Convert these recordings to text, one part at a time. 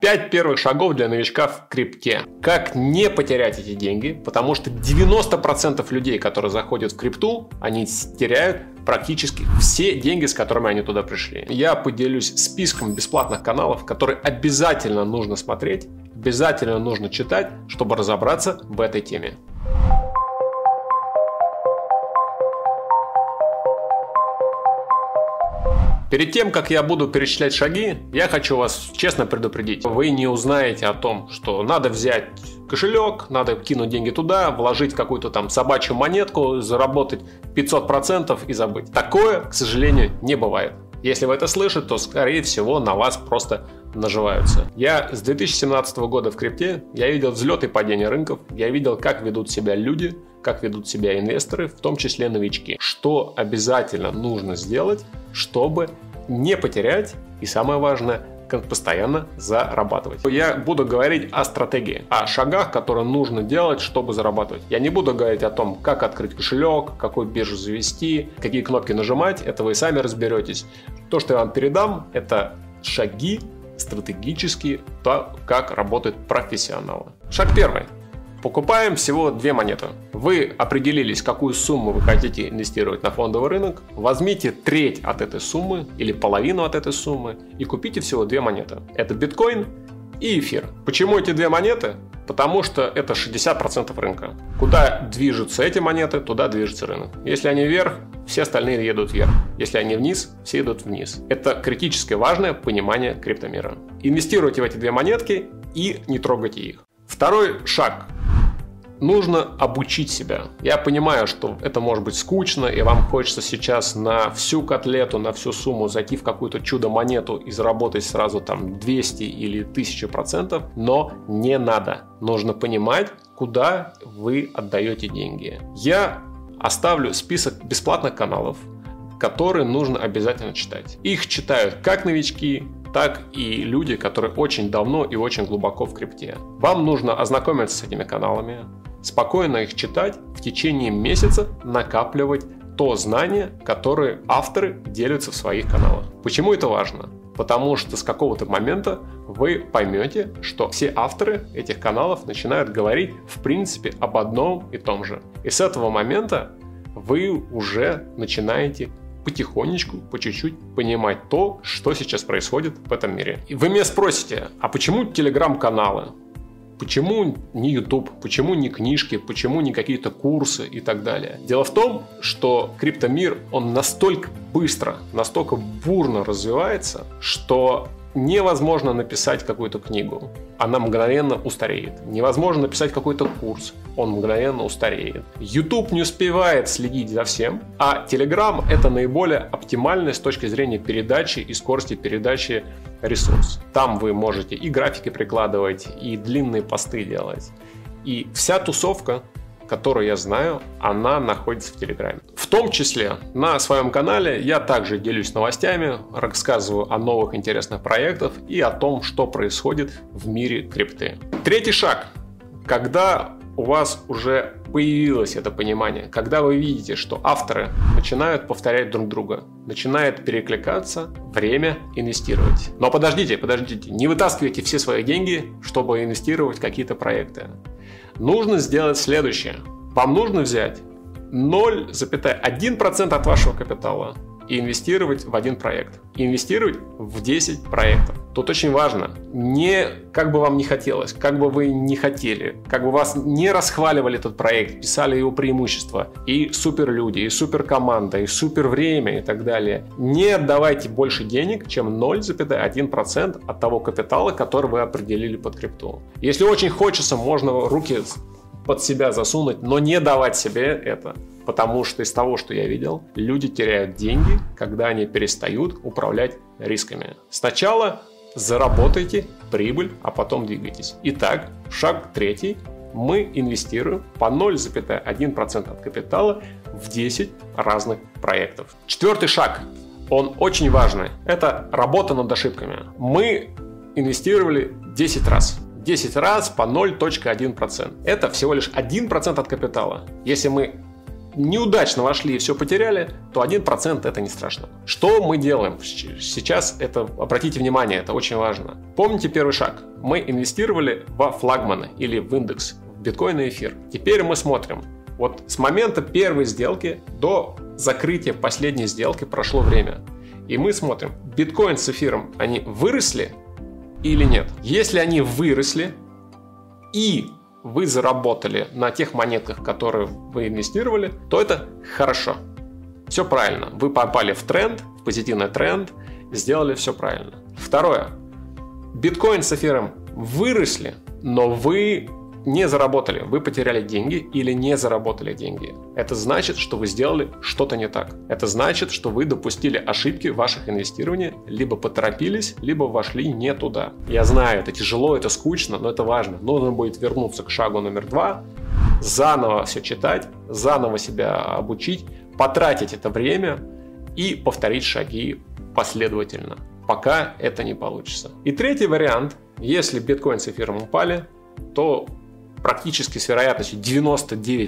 5 первых шагов для новичка в крипте. Как не потерять эти деньги, потому что 90% людей, которые заходят в крипту, они теряют практически все деньги, с которыми они туда пришли. Я поделюсь списком бесплатных каналов, которые обязательно нужно смотреть, обязательно нужно читать, чтобы разобраться в этой теме. Перед тем, как я буду перечислять шаги, я хочу вас честно предупредить. Вы не узнаете о том, что надо взять кошелек, надо кинуть деньги туда, вложить какую-то там собачью монетку, заработать 500% и забыть. Такое, к сожалению, не бывает. Если вы это слышите, то, скорее всего, на вас просто наживаются. Я с 2017 года в крипте, я видел взлет и падение рынков, я видел, как ведут себя люди, как ведут себя инвесторы, в том числе новички. Что обязательно нужно сделать, чтобы не потерять и, самое важное, постоянно зарабатывать. Я буду говорить о стратегии, о шагах, которые нужно делать, чтобы зарабатывать. Я не буду говорить о том, как открыть кошелек, какую биржу завести, какие кнопки нажимать, это вы сами разберетесь. То, что я вам передам, это шаги стратегические, то, как работают профессионалы. Шаг первый. Покупаем всего 2 монеты. Вы определились, какую сумму вы хотите инвестировать на фондовый рынок. Возьмите треть от этой суммы или половину от этой суммы и купите всего 2 монеты. Это биткоин и эфир. Почему эти 2 монеты? Потому что это 60% рынка. Куда движутся эти монеты, туда движется рынок. Если они вверх, все остальные едут вверх. Если они вниз, все идут вниз. Это критически важное понимание криптомира. Инвестируйте в эти 2 монетки и не трогайте их. Второй шаг. Нужно обучить себя. Я понимаю, что это может быть скучно, и вам хочется сейчас на всю котлету, на всю сумму зайти в какую-то чудо-монету и заработать сразу там 200 или 1000%, но не надо. Нужно понимать, куда вы отдаете деньги. Я оставлю список бесплатных каналов, которые нужно обязательно читать. Их читают как новички, так и люди, которые очень давно и очень глубоко в крипте. Вам нужно ознакомиться с этими каналами, спокойно их читать, в течение месяца накапливать то знание, которое авторы делятся в своих каналах. Почему это важно? Потому что с какого-то момента вы поймете, что все авторы этих каналов начинают говорить в принципе об одном и том же. И с этого момента вы уже начинаете потихонечку, по чуть-чуть понимать то, что сейчас происходит в этом мире. И вы меня спросите, а почему телеграм-каналы? Почему не YouTube? Почему не книжки? Почему не какие-то курсы и так далее? Дело в том, что криптомир, он настолько быстро, настолько бурно развивается, что невозможно написать какую-то книгу. Она мгновенно устареет. Невозможно написать какой-то курс. Он мгновенно устареет. YouTube не успевает следить за всем, а Telegram — это наиболее оптимальный с точки зрения передачи и скорости передачи ресурс. Там вы можете и графики прикладывать, и длинные посты делать. И вся тусовка, которую я знаю, она находится в Телеграме. В том числе на своем канале я также делюсь новостями, рассказываю о новых интересных проектах и о том, что происходит в мире крипты. Третий шаг. Когда у вас уже появилось это понимание, когда вы видите, что авторы начинают повторять друг друга, начинает перекликаться, время инвестировать. Но подождите, не вытаскивайте все свои деньги, чтобы инвестировать в какие-то проекты. Нужно сделать следующее. Вам нужно взять 0,1% от вашего капитала и инвестировать в один проект. Инвестировать в 10 проектов. Тут очень важно, не как бы вам не хотелось, как бы вы не хотели, как бы вас не расхваливали этот проект, писали его преимущества, и суперлюди, и суперкоманда, и супервремя и так далее. Не отдавайте больше денег, чем 0,1% от того капитала, который вы определили под крипту. Если очень хочется, можно руки под себя засунуть, но не давать себе это. Потому что из того, что я видел, люди теряют деньги, когда они перестают управлять рисками. Сначала заработайте прибыль, а потом двигайтесь. Итак, шаг третий. Мы инвестируем по 0,1% от капитала в 10 разных проектов. Четвертый шаг, он очень важный. Это работа над ошибками. Мы инвестировали 10 раз. 10 раз по 0,1%. Это всего лишь 1% от капитала. Если мы неудачно вошли и все потеряли, то 1% это не страшно. Что мы делаем сейчас? Это, обратите внимание, это очень важно. Помните первый шаг. Мы инвестировали во флагманы или в индекс, в биткоин и эфир. Теперь мы смотрим. Вот с момента первой сделки до закрытия последней сделки прошло время. И мы смотрим, биткоин с эфиром, они выросли или нет? Если они выросли и вы заработали на тех монетках, которые вы инвестировали, то это хорошо. Все правильно. Вы попали в тренд, в позитивный тренд, сделали все правильно. Второе. Биткоин с эфиром выросли, но вы не заработали. Вы потеряли деньги или не заработали деньги. Это значит, что вы сделали что-то не так. Это значит, что вы допустили ошибки в ваших инвестированиях, либо поторопились, либо вошли не туда. Я знаю, это тяжело, это скучно, но это важно. Нужно будет вернуться к шагу номер 2, заново все читать, заново себя обучить, потратить это время и повторить шаги последовательно, пока это не получится. И третий вариант, если биткоин с эфиром упали, то практически с вероятностью 99%,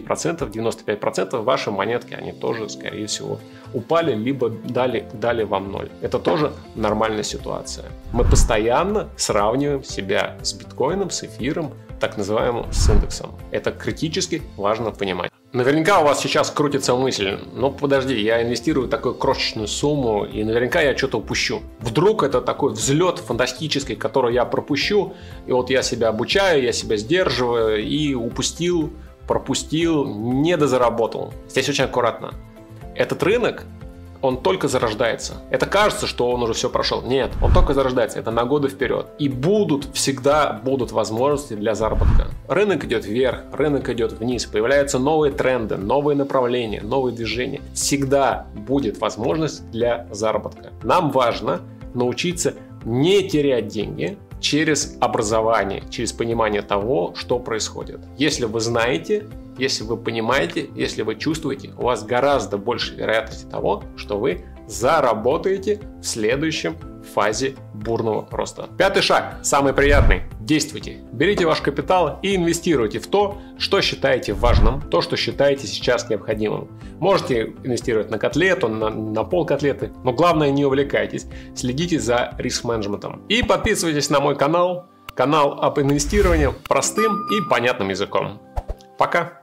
95% ваши монетки, они тоже, скорее всего, упали, либо дали вам 0. Это тоже нормальная ситуация. Мы постоянно сравниваем себя с биткоином, с эфиром, так называемым с индексом. Это критически важно понимать. Наверняка у вас сейчас крутится мысль, ну подожди, я инвестирую такую крошечную сумму, и наверняка я что-то упущу. Вдруг это такой взлет фантастический, который я пропущу, и вот я себя обучаю, я себя сдерживаю, и упустил, пропустил, недозаработал. Здесь очень аккуратно. Этот рынок, он только зарождается. Это кажется, что он уже все прошел. Нет, он только зарождается. Это на годы вперед. И всегда будут возможности для заработка. Рынок идет вверх, рынок идет вниз. Появляются новые тренды, новые направления, новые движения. Всегда будет возможность для заработка. Нам важно научиться не терять деньги через образование, через понимание того, что происходит. Если вы знаете, если вы понимаете, если вы чувствуете, у вас гораздо больше вероятности того, что вы заработаете в следующем фазе бурного роста. Пятый шаг, самый приятный. Действуйте. Берите ваш капитал и инвестируйте в то, что считаете важным, то, что считаете сейчас необходимым. Можете инвестировать на котлету, на полкотлеты, но главное, не увлекайтесь. Следите за риск-менеджментом. И подписывайтесь на мой канал об инвестировании простым и понятным языком. Пока!